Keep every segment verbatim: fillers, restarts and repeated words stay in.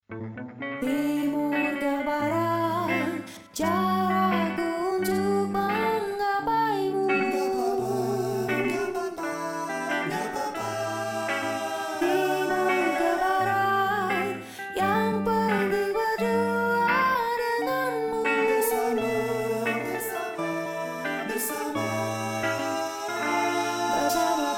Timur ke barat, caraku untuk menggapaimu. Timur ke barat, yang penting berdua denganmu. Bersama, bersama, bersama, bersama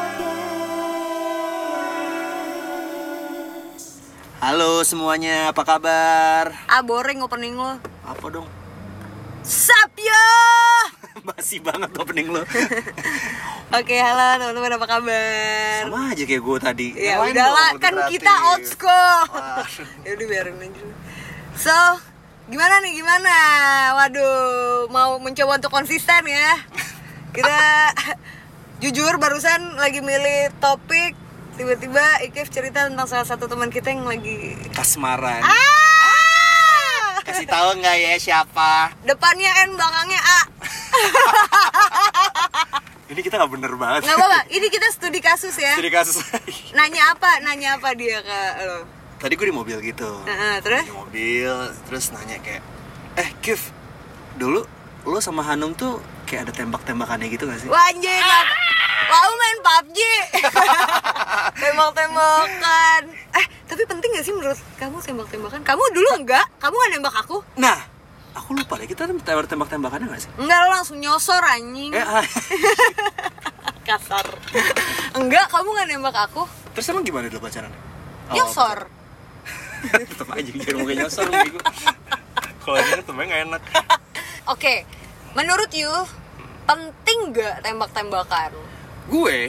podcast. Halo semuanya, apa kabar? Ah boring opening lo. Apa dong? Sup yo. Basi banget opening lo. Oke, halo teman-teman, apa kabar? Sama aja kayak gue tadi. Ya Ngapain udahlah, dong, kan kreatif? kita old school. Wah. Ya udah biarin aja. So, gimana nih gimana? Waduh, mau mencoba untuk konsisten ya. Kita jujur barusan lagi milih topik, tiba-tiba Ikif cerita tentang salah satu teman kita yang lagi Kasmaran. ah! Kasih tahu nggak ya siapa? Depannya N, belakangnya A. Ini kita nggak bener banget. Nggak apa-apa, ini kita studi kasus ya. Jadi kasus. Nanya apa? Nanya apa dia ke lo? Tadi gue di mobil gitu. Heeh, terus? Di mobil, terus nanya kayak, eh Kif, dulu lo sama Hanum tuh kayak ada tembak-tembakannya gitu nggak sih? Wah anjir, ah! Wow main P U B G. Tembak-tembakan. Eh, tapi penting gak sih menurut kamu tembak-tembakan? Kamu dulu enggak? Kamu gak nembak aku? Nah, aku lupa deh, kita ada tembak-tembakannya nggak sih? Enggak, lo langsung nyosor anjing. Eh, ah. Kasar. Enggak, kamu gak nembak aku? Terus emang gimana dulu pacarannya? Oh, Nyosor. tetep aja jangan mau nyosor gue. Kalau ini temennya nggak enak. Oke, menurut you penting gak tembak-tembakan? Gue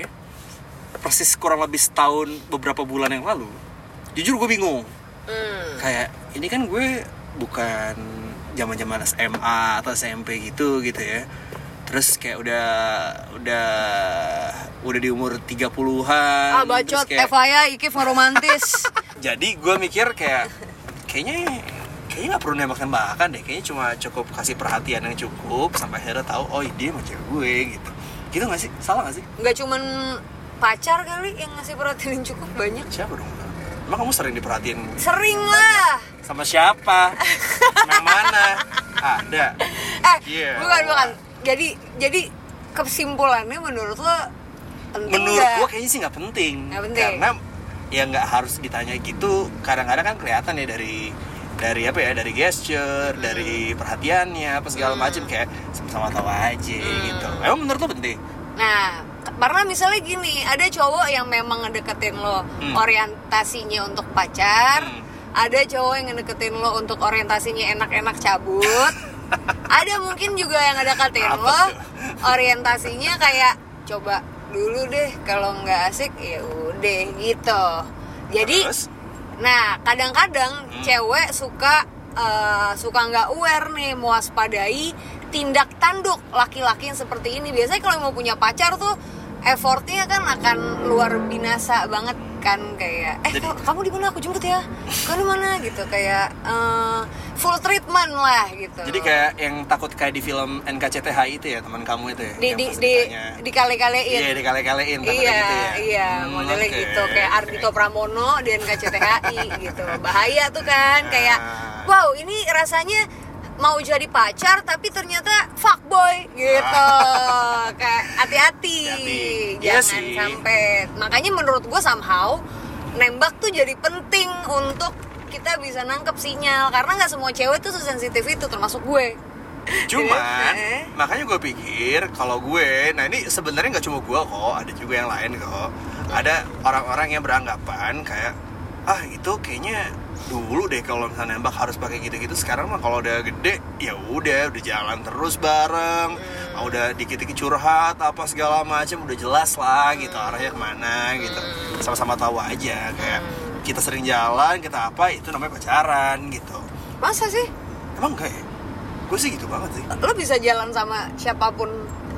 persis kurang lebih setahun beberapa bulan yang lalu, jujur gue bingung. Hmm. Kayak ini kan gue bukan zaman-zaman S M A atau S M P gitu gitu ya. Terus kayak udah udah udah di umur tiga puluhan. Ah bacot, kayak, F Y I, Ikif ngeromantis. jadi gue mikir kayak kayaknya kayaknya nggak perlu nembak-tembakan deh, kayaknya cuma cukup kasih perhatian yang cukup sampai akhirnya tahu oh dia sama cewek gue gitu. Gitu nggak sih? Salah nggak sih? Nggak cuman pacar kali yang ngasih perhatian yang cukup, banyak. Siapa dong? Emang kamu sering diperhatiin? Sering lah. Sama siapa? Yang mana? Ada. Eh, Yeah. bukan bukan. Jadi jadi kesimpulannya menurut lo penting Menurut nggak? gua kayaknya sih nggak penting. Nggak penting. Karena ya nggak harus ditanya gitu. Kadang-kadang kan kelihatan ya dari dari apa ya, dari gesture, Hmm. dari perhatiannya, apa segala macam, kayak sama-sama tahu aja Hmm. gitu. Emang menurut lo penting? Nah, karena misalnya gini, ada cowok yang memang ngedeketin lo Hmm. orientasinya untuk pacar, Hmm. ada cowok yang ngedeketin lo untuk orientasinya enak-enak cabut, ada mungkin juga yang ngedeketin Apa lo tuh? orientasinya kayak coba dulu deh, kalau nggak asik ya udah gitu. Jadi, Terus? nah kadang-kadang Hmm. cewek suka uh, suka nggak aware nih, mewaspadai tindak tanduk laki-laki yang seperti ini. Biasanya kalau mau punya pacar tuh effortnya kan akan luar binasa banget kan, kayak eh Jadi- ka- kamu di mana, aku jemput ya, kamu di mana gitu, kayak uh, full treatment lah gitu. Jadi kayak yang takut kayak di film N K C T H itu ya, teman kamu itu ya? di yang di pas di ditanya. dikale-kalein. Iya, dikale-kalein takutnya Iya, gitu ya. iya, Hmm, modelnya oke. gitu, kayak Ardhito Pramono di N K C T H I gitu. Bahaya tuh kan, kayak Ah. wow, ini rasanya mau jadi pacar tapi ternyata fuckboy gitu. Kayak hati-hati. Hati-hati. Iya Jangan sih. sampai. Makanya menurut gue somehow nembak tuh jadi penting untuk kita bisa nangkep sinyal, karena nggak semua cewek tuh sesensitif itu, termasuk gue. Cuman, Eh. makanya gue pikir kalau gue, nah ini sebenarnya nggak cuma gue kok, ada juga yang lain kok. Ada orang-orang yang beranggapan kayak, ah itu kayaknya dulu deh kalau misalnya nembak harus pakai gitu-gitu. Sekarang mah kalau udah gede, ya udah, udah jalan terus bareng, Hmm. udah dikit-dikit curhat apa segala macam, udah jelas lah gitu arahnya kemana gitu. Sama-sama tahu aja kayak kita sering jalan, kita apa itu namanya pacaran gitu. Masa sih? Emang enggak ya? Gue sih gitu banget sih. Lo bisa jalan sama siapapun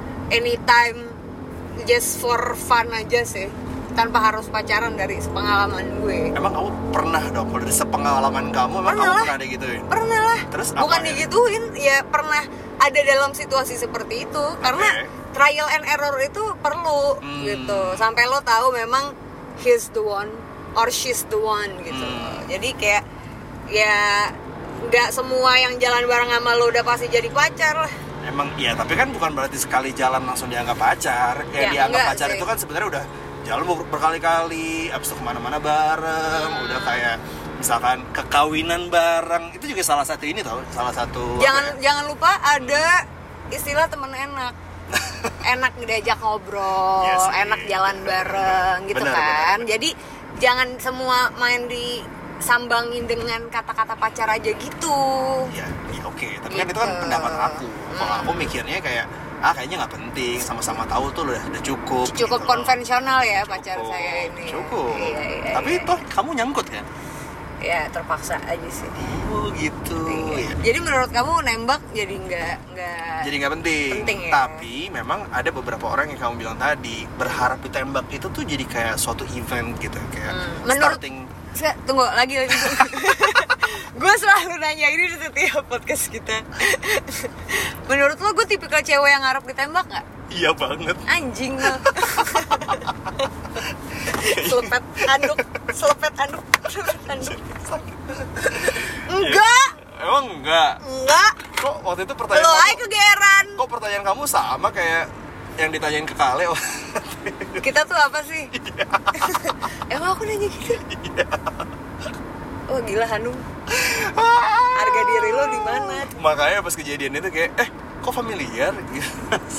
anytime just for fun aja sih, tanpa harus pacaran dari pengalaman gue. Emang kamu pernah dong, kalau dari sepengalaman kamu, emang Pernah kamu lah. pernah ada gituin? Pernah lah. Terus bukan apa ya? digituin, ya pernah ada dalam situasi seperti itu. Karena trial and error itu perlu Hmm. gitu, sampai lo tahu memang he's the one or she's the one gitu. Hmm. Jadi kayak ya nggak semua yang jalan bareng sama lo udah pasti jadi pacar lah. Emang iya, tapi kan bukan berarti sekali jalan langsung dianggap pacar. Kayak Ya, dianggap enggak pacar sih. itu kan sebenarnya udah jalan ber- berkali-kali, abis itu kemana-mana bareng, Hmm. udah kayak misalkan kekawinan bareng, itu juga salah satu ini tau, salah satu Jangan apa ya? jangan lupa ada istilah temen enak. Enak diajak ngobrol, Iya sih. enak jalan bareng gitu Benar, kan. benar, benar. Jadi jangan semua main di sambangin dengan kata-kata pacar aja gitu. Ya, ya oke, tapi kan itu kan Gitu. pendapat aku. Kalau Hmm. aku mikirnya kayak ah kayaknya nggak penting, sama-sama tahu tuh udah udah cukup. Cukup gitu loh. konvensional ya pacar Cukup, saya ini. Cukup. Iya, iya, Tapi iya. toh kamu nyangkut kan? Ya terpaksa aja sih. Oh gitu. Iya. Ya. Jadi menurut kamu nembak jadi nggak nggak Jadi nggak penting. Penting ya. Tapi memang ada beberapa orang yang kamu bilang tadi berharap ditembak itu tuh jadi kayak suatu event gitu, kayak Hmm. Menurut- starting. Saya, tunggu lagi lagi. Gue selalu nanya ini di setiap podcast kita. Menurut lo gue tipikal cewek yang ngarep ditembak nggak? Iya banget. Anjing lo. Selepet anduk, selepet anduk, selepet anduk. Enggak, Emang enggak? enggak. Kok waktu itu pertanyaan Lo kamu, aja kegeeran. kok pertanyaan kamu sama kayak yang ditanyain ke Kale? Kita tuh apa sih? Emang aku nanya gitu? Oh gila Hanum. Harga diri lo di mana? Makanya pas kejadian itu kayak eh kok familiar gitu.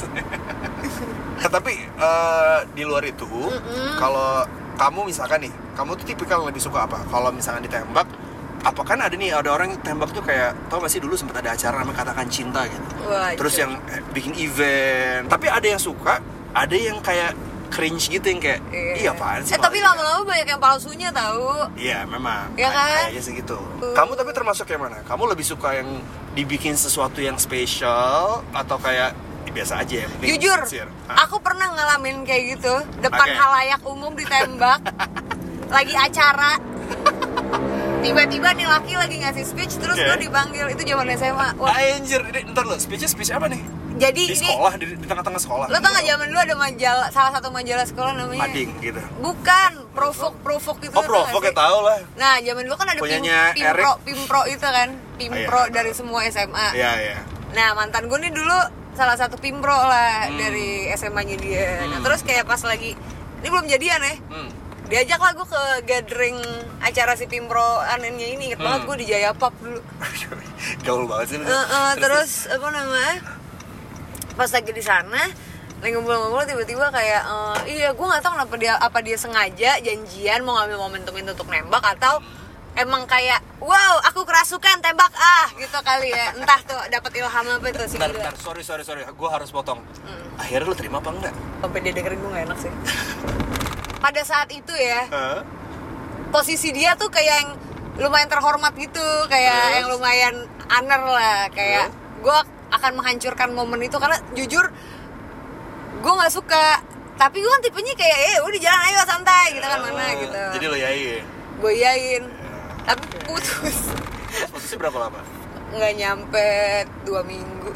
Tapi eh, di luar itu kalau kamu misalkan nih, kamu tuh tipikal lebih suka apa? Kalau misalkan ditembak, apa kan ada nih ada orang yang tembak tuh kayak tau gak sih dulu sempat ada acara namanya Katakan Cinta gitu. Wah, Terus itu. yang eh, bikin event. Tapi ada yang suka, ada yang kayak cringe gitu yang kayak iya apaan sih? Eh tapi malah lama-lama banyak yang palsunya tahu. Iya memang. Iya kan? Kayaknya segitu. Kamu tapi termasuk yang mana? Kamu lebih suka yang dibikin sesuatu yang spesial atau kayak biasa aja ya? Mungkin Jujur, sincere? Hah? aku pernah ngalamin kayak gitu depan Oke. halayak umum ditembak. Lagi acara. Tiba-tiba nih laki lagi ngasih speech terus Oke. gue dipanggil, itu zaman S M A. Wah, Anjir, ini ntar lo, speech speech apa nih? jadi Di ini sekolah, di, di tengah-tengah sekolah. lo tau gak zaman dulu ada majalah, salah satu majalah sekolah namanya Mading gitu. bukan, Provok, Provok itu Oh, lo tau Provok gak ya sih? tahu lah. Nah, zaman dulu kan ada pim, Punyanya Pimpro, Eric. Pimpro itu kan, Pimpro Oh, iya. dari semua S M A. Iya, iya. Nah, mantan gue nih dulu salah satu Pimpro lah Hmm. dari S M A-nya dia. Nah, Hmm. terus kayak pas lagi ini belum jadian ya. Hmm. Diajak lah gue ke gathering acara si Pimpro anehnya ini. Ingat banget Hmm. gue di Jayapap dulu. Gaul banget sih. Eh, eh, terus apa namanya? Pas lagi di sana, lagi ngobrol-ngobrol tiba-tiba kayak eh, iya gue nggak tahu kenapa dia apa dia sengaja janjian mau ngambil momentum itu untuk nembak atau emang kayak wow aku kerasukan tembak ah gitu kali ya, entah tuh dapat ilham apa itu sih. Bentar, bentar, sorry, sorry, sorry, gue harus potong. Hmm. Akhirnya lu terima apa enggak? Sampai dia dengerin gue gak enak sih. Pada saat itu ya, Hah? posisi dia tuh kayak yang lumayan terhormat gitu, kayak Terus? yang lumayan aner lah, kayak gue akan menghancurkan momen itu karena jujur gue nggak suka, tapi gue kan tipenya kayak eh udah jalan ayo santai gitu kan mana gitu. Jadi lo yain. Gue yain, tapi putus. Terus putusnya berapa lama? Nggak nyampe dua minggu.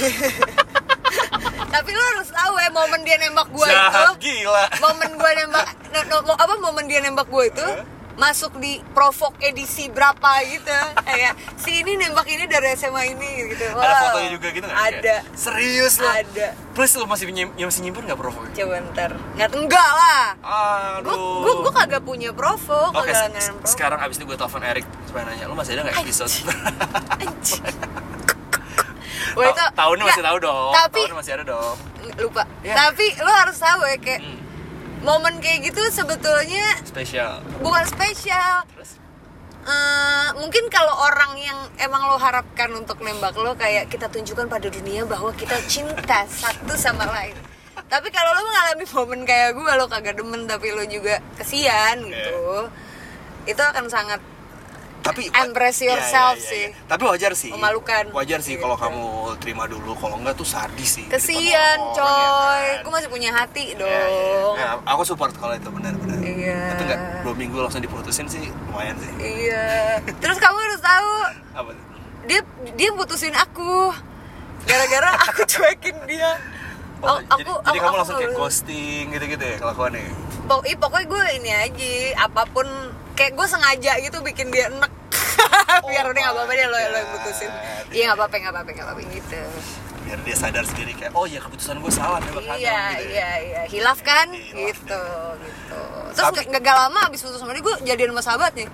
Tapi lo harus tahu ya momen dia nembak gue itu. Jahat gila. Momen gue nembak no, no, mo- apa momen dia nembak gue itu Huh? masuk di Provok edisi berapa gitu, kayak si ini nembak ini dari S M A ini gitu. Ada Wow. fotonya juga gitu nggak? Ada. Kayak, serius lo? Ada. Plus lo masih nyim, masih nyimpen nggak Provok? Coba ntar nggak enggak lah. Gue Aduh. gue gue kagak punya Provok. Oke, kagak se- langganan Provok. sekarang abis ini gue telepon Eric supaya nanya, lo masih ada nggak episode? Anjing. Wah, itu Ta- tahunnya masih nggak, tahu dong. Tapi Tahunnya masih ada dong. lupa. Ya. Tapi lo harus tahu ya kayak Hmm. momen kayak gitu sebetulnya Spesial. bukan spesial. Terus? Eh, mungkin kalau orang yang emang lo harapkan untuk nembak lo kayak kita tunjukkan pada dunia bahwa kita cinta satu sama lain. Tapi kalau lo mengalami momen kayak gue, lo kagak demen tapi lo juga kesian gitu, itu akan sangat Tapi Embrace Iya, yourself iya, iya, sih. iya. Tapi wajar sih. Memalukan. Wajar sih Gitu. kalau kamu terima dulu, kalau enggak tuh sadis sih. di depan kesian orang, coy. ya kan? Gue masih punya hati dong. Iya, iya, iya. Nah, aku support kalau itu benar-benar. Iya. Tapi enggak dua minggu langsung diputusin sih lumayan sih. Iya. Terus kamu harus tahu Apa tuh? dia dia putusin aku gara-gara aku cuekin dia. Oh, A- jadi, aku- jadi aku- kamu aku langsung kayak nggak- ghosting gitu-gitu ya kelakuannya. Pok- ih, pokoknya gue ini aja apapun kayak gue sengaja gitu bikin dia enek. biar udah nggak apa-apa deh lo lo yang my putusin. God. Iya nggak apa-apa nggak apa-apa nggak apa-apa gitu. Biar dia sadar sendiri kayak oh ya keputusan gue salah nembak Hanum Iya gitu ya. iya iya hilaf kan Hilaf gitu gitu. Terus Tapi- nggak nggak lama abis putus sama dia gue jadian sama sahabatnya.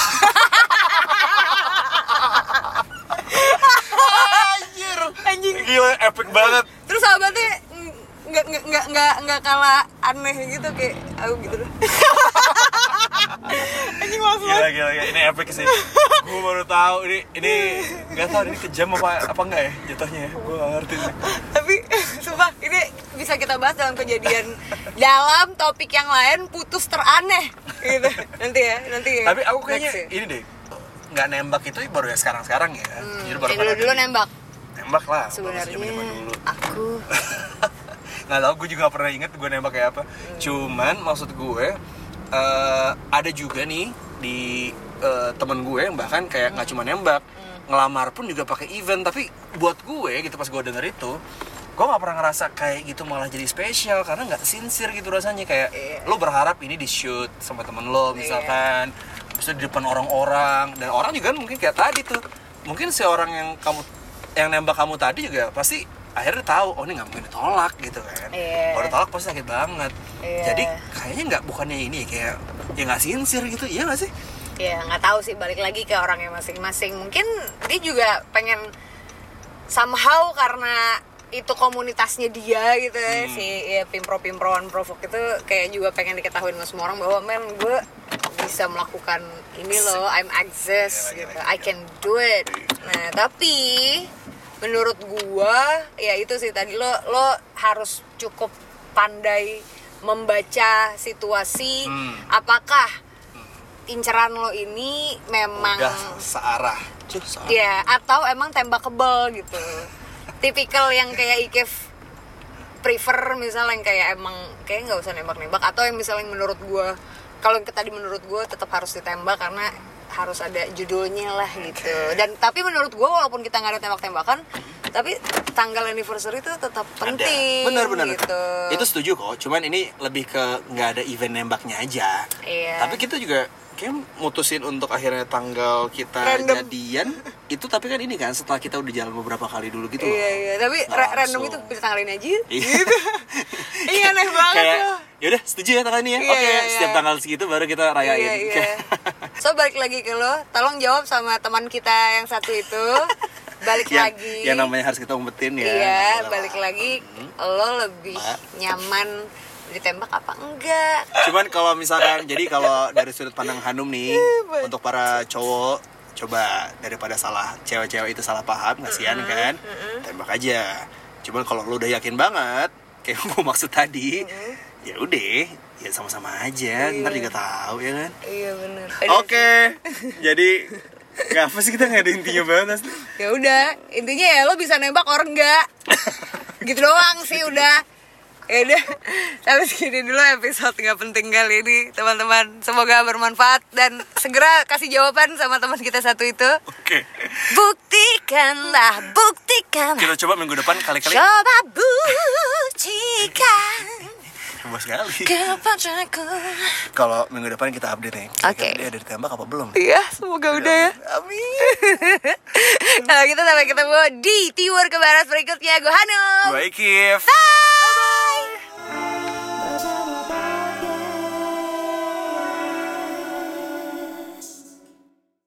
Anjir. Anjing. Gila epic banget. Terus sahabatnya nggak nggak nggak nggak nggak kalah aneh gitu kayak aku gitu. Anjing malas Gila banget. gila gila ini epic sih. Gue baru tahu ini ini nggak tahu ini kejam apa apa enggak ya jatuhnya ya. Gue nggak ngerti nih. Tapi sumpah ini bisa kita bahas dalam kejadian dalam topik yang lain putus teraneh gitu. Nanti ya, nanti ya. Tapi aku kayaknya Next ya. ini deh nggak nembak itu baru ya sekarang-sekarang ya. Hmm, Jadi baru yang dulu-dulu pernah- nembak. Nembak lah. Sebenarnya zaman dulu. aku Nggak tahu gue juga gak pernah inget gue nembak kayak apa. Hmm. Cuman maksud gue eh, ada juga nih di eh, temen gue yang bahkan kayak nggak cuma nembak, Hmm. ngelamar pun juga pakai event. Tapi buat gue gitu pas gue denger itu, gue nggak pernah ngerasa kayak gitu malah jadi spesial karena nggak sincere gitu rasanya kayak Iya. lo berharap ini di shoot sama temen lo misalkan, terus di depan orang-orang dan orang juga mungkin kayak tadi tuh mungkin si orang yang kamu yang nembak kamu tadi juga pasti akhirnya tahu oh ini nggak mungkin ditolak gitu kan. Iya. Kalau ditolak pasti sakit banget. Iya. Jadi kayaknya nggak bukannya ini kayak ya nggak sincere gitu, iya nggak sih? ya nggak tahu sih balik lagi ke orangnya masing-masing. Mungkin dia juga pengen somehow karena itu komunitasnya dia gitu ya, Hmm. si ya, pimpro-pimproan provok itu kayak juga pengen diketahui sama semua orang bahwa men gue bisa melakukan ini loh, I'm exist Gila, gitu, gila, I gila. can do it. Nah tapi menurut gua ya itu sih tadi lo lo harus cukup pandai membaca situasi, Hmm. apakah inceran lo ini memang Udah searah. Cuh, searah. ya atau emang tembakable gitu. Tipikal yang kayak Ikif prefer misalnya yang kayak emang kayak nggak usah nembak-nembak, atau yang misalnya menurut gua kalau yang tadi menurut gua tetap harus ditembak karena harus ada judulnya lah gitu. Dan tapi menurut gua walaupun kita nggak ada tembak-tembakan, tapi tanggal anniversary itu tetap penting. Bener-bener. gitu. Itu setuju kok. Cuman ini lebih ke nggak ada event nembaknya aja. Iya. Tapi kita juga kayak mutusin untuk akhirnya tanggal kita Random. jadian itu, tapi kan ini kan setelah kita udah jalan beberapa kali dulu gitu loh. Iya iya, tapi Nggak ra- random itu langsung. bisa tanggal ini aja. Iya. Gitu. Iya aneh banget Kayak loh. yaudah setuju ya tanggal ini ya. Iya, Oke, iya, setiap iya. tanggal segitu baru kita rayain. Iya, iya. So balik lagi ke lo, tolong jawab sama teman kita yang satu itu. Balik yang, lagi. yang namanya harus kita umpetin ya. Iya, Nggak boleh balik lah. lagi Hmm. lo lebih Mbak. nyaman ditembak apa enggak? Cuman kalau misalkan jadi kalau dari sudut pandang Hanum nih untuk para cowok, coba daripada salah cewek-cewek itu salah paham, kasihan kan, tembak aja. Cuman kalau lu udah yakin banget kayak gue maksud tadi, ya udah, ya sama-sama aja, Iya. ntar juga tahu ya kan. Iya benar. Oke, jadi nggak apa sih kita nggak ada intinya banget asli. Ya udah, intinya ya lo bisa nembak orang enggak. Gitu doang sih udah. Ya udah, sampai segini dulu episode nggak penting kali ini teman-teman. Semoga bermanfaat dan segera kasih jawaban sama teman kita satu itu. Oke, Buktikanlah, buktikan. kita coba minggu depan kali-kali. Coba buktikan Coba sekali. kepadaku. Kalau minggu depan kita update nih. Oke. Dia ada ditembak apa belum? Iya, semoga udah ya. Amin. Kalau kita sampai ketemu di Tiwur ke Barat berikutnya. Gue Hanum. Baik, Kif. Bye.